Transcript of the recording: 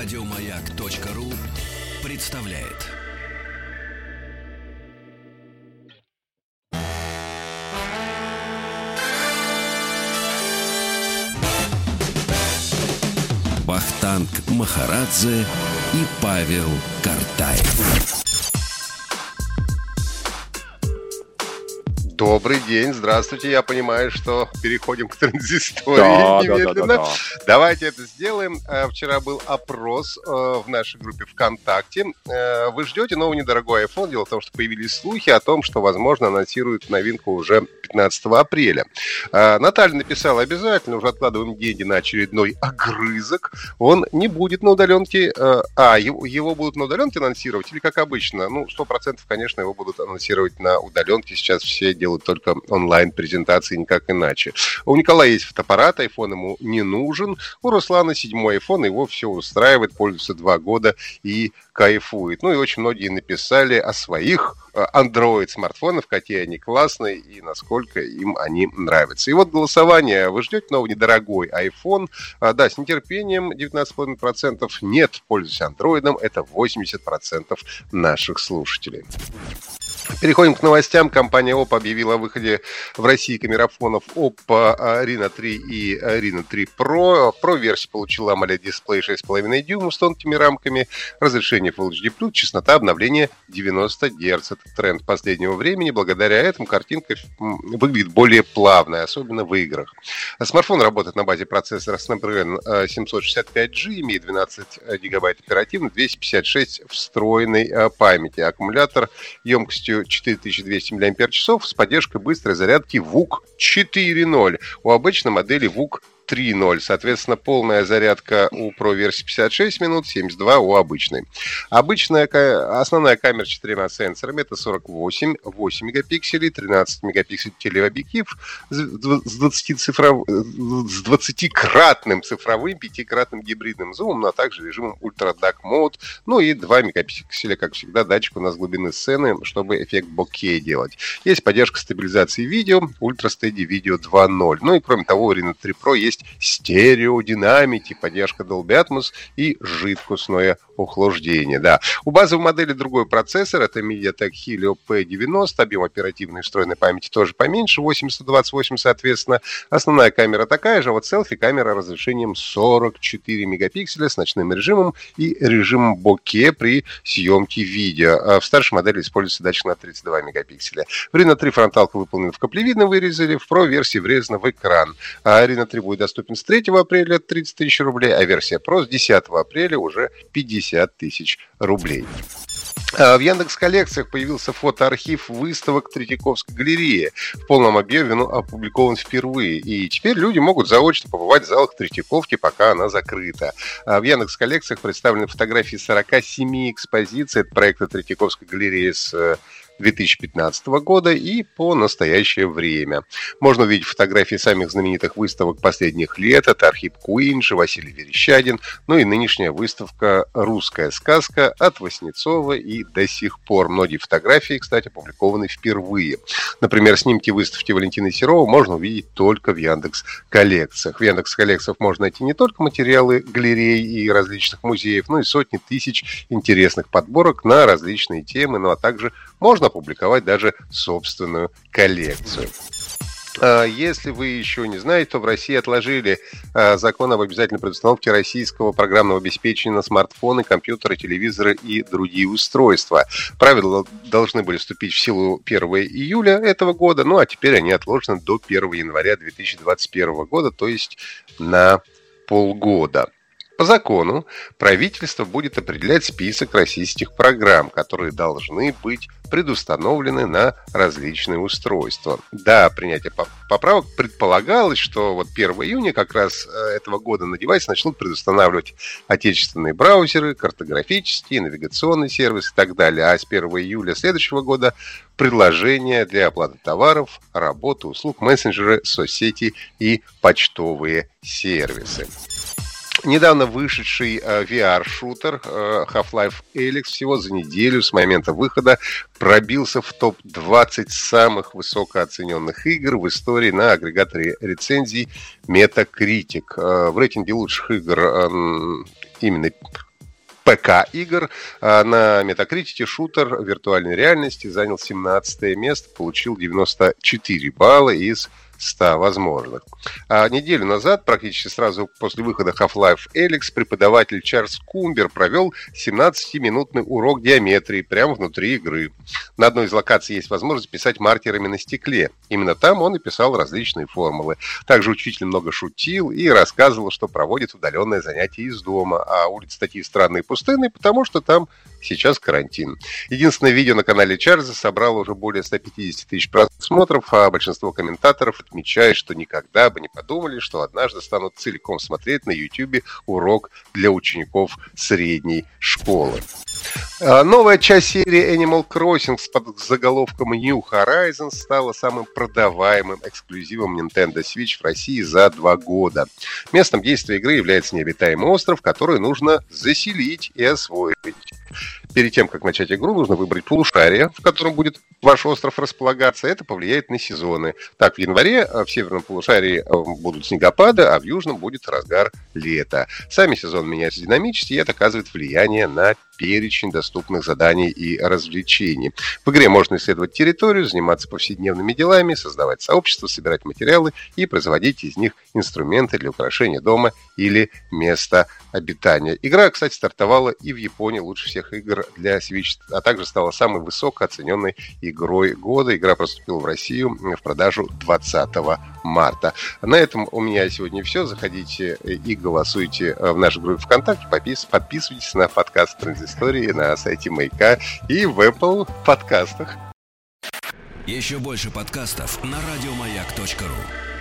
Радиомаяк.ру представляет. Вахтанг Махарадзе и Павел Картаев. Добрый день, здравствуйте. Я понимаю, что переходим к транзистории немедленно. Да. Давайте это сделаем. Вчера был опрос в нашей группе ВКонтакте. Вы ждете новый недорогой iPhone? Дело в том, что появились слухи о том, что, возможно, анонсируют новинку уже 15 апреля. Наталья написала: обязательно уже откладываем деньги на очередной огрызок. Он не будет на удаленке. Его будут на удаленке анонсировать или как обычно? 100%, конечно, его будут анонсировать на удаленке. Сейчас все делают только онлайн-презентации, никак иначе. У Николая есть фотоаппарат, iPhone ему не нужен. У Руслана 7-й iPhone, его все устраивает, пользуется 2 года и кайфует. И очень многие написали о своих Android-смартфонах, какие они классные и насколько им они нравятся. И вот голосование. Вы ждете новый недорогой iPhone? Да, с нетерпением 19,5%. Нет, пользуюсь Android. Это 80% наших слушателей. Переходим к новостям. Компания Oppo объявила о выходе в России камерафонов Oppo Reno 3 и Reno 3 Pro. Pro-версия получила AMOLED-дисплей 6,5 дюймов с тонкими рамками, разрешение Full HD+, частота обновления 90 Гц. Это тренд последнего времени. Благодаря этому картинка выглядит более плавной, особенно в играх. Смартфон работает на базе процессора Snapdragon 765G, имеет 12 гигабайт оперативной, 256 встроенной памяти. Аккумулятор емкостью 4200 мАч с поддержкой быстрой зарядки VOOC 4.0. У обычной модели VOOC 3.0. Соответственно, полная зарядка у Pro версии 56 минут, 72 у обычной. Основная камера с 4 сенсорами — это 48, 8 мегапикселей, 13 мегапикселей телеобъектив с 20-кратным цифровым, 5-кратным гибридным зумом, а также режимом Ultra Dark Mode, и 2 мегапикселя, как всегда, датчик у нас глубины сцены, чтобы эффект боке делать. Есть поддержка стабилизации видео, Ultra Steady Video 2.0. И кроме того, у Reno 3 Pro есть стереодинамики, поддержка Dolby Atmos и жидкостное охлаждение. Да. У базовой модели другой процессор, это MediaTek Helio P90, объем оперативной встроенной памяти тоже поменьше, 828, соответственно. Основная камера такая же, а вот селфи-камера разрешением 44 мегапикселя с ночным режимом и режимом боке при съемке видео. В старшей модели используется датчик на 32 мегапикселя. В Reno 3 фронталка выполнена в каплевидном вырезе, в Pro версии врезана в экран. Reno 3 будет доступен с 3 апреля 30 тысяч рублей, а версия Pro с 10 апреля уже 50 тысяч рублей. В Яндекс.Коллекциях появился фотоархив выставок Третьяковской галереи. В полном объеме он опубликован впервые. И теперь люди могут заочно побывать в залах Третьяковки, пока она закрыта. В Яндекс.Коллекциях представлены фотографии 47 экспозиций. Это проекты Третьяковской галереи с 2015 года и по настоящее время. Можно увидеть фотографии самых знаменитых выставок последних лет. Это архив Куинджи, Василий Верещагин, и нынешняя выставка «Русская сказка» от Васнецова и до сих пор. Многие фотографии, кстати, опубликованы впервые. Например, снимки выставки Валентины Серова можно увидеть только в Яндекс.Коллекциях. В Яндекс.Коллекциях можно найти не только материалы галерей и различных музеев, но и сотни тысяч интересных подборок на различные темы, а также можно опубликовать даже собственную коллекцию. Если вы еще не знаете, то в России отложили закон об обязательной предустановке российского программного обеспечения на смартфоны, компьютеры, телевизоры и другие устройства. Правила должны были вступить в силу 1 июля этого года, а теперь они отложены до 1 января 2021 года, то есть на полгода. По закону правительство будет определять список российских программ, которые должны быть предустановлены на различные устройства. До принятия поправок предполагалось, что 1 июня как раз этого года на девайс начнут предустанавливать отечественные браузеры, картографические, навигационные сервисы и так далее. А с 1 июля следующего года предложения для оплаты товаров, работы, услуг, мессенджеры, соцсети и почтовые сервисы. Недавно вышедший VR-шутер Half-Life Alyx всего за неделю с момента выхода пробился в топ-20 самых высокооцененных игр в истории на агрегаторе рецензий Metacritic. В рейтинге лучших игр именно ПК-игр. На Metacritic шутер виртуальной реальности занял 17 место, получил 94 балла из 100 возможных. А неделю назад, практически сразу после выхода Half-Life Alyx, преподаватель Чарльз Кумбер провел 17-минутный урок геометрии прямо внутри игры. На одной из локаций есть возможность писать маркерами на стекле. Именно там он и писал различные формулы. Также учитель много шутил и рассказывал, что проводит удаленное занятие из дома, а улицы такие странные и пустынные, потому что там сейчас карантин. Единственное видео на канале Чарльза собрало уже более 150 тысяч просмотров, а большинство комментаторов отмечает, что никогда бы не подумали, что однажды станут целиком смотреть на YouTube урок для учеников средней школы. Новая часть серии Animal Crossing под заголовком New Horizons стала самым продаваемым эксклюзивом Nintendo Switch в России за 2 года. Местом действия игры является необитаемый остров, который нужно заселить и освоить. Перед тем, как начать игру, нужно выбрать полушарие, в котором будет ваш остров располагаться. Это повлияет на сезоны. Так, в январе в северном полушарии будут снегопады, а в южном будет разгар лета. Сами сезоны меняются динамически, и это оказывает влияние на перечень доступных заданий и развлечений. В игре можно исследовать территорию, заниматься повседневными делами, создавать сообщества, собирать материалы и производить из них инструменты для украшения дома или места обитания. Игра, кстати, стартовала и в Японии лучше всех игр для Switch, а также стала самой высокооцененной игрой года. Игра поступила в Россию в продажу 20 марта. На этом у меня сегодня все. Заходите и голосуйте в нашу группу ВКонтакте, подписывайтесь на подкаст «Транзистории» на сайте Маяка и в Apple подкастах. Еще больше подкастов на радиомаяк.ру.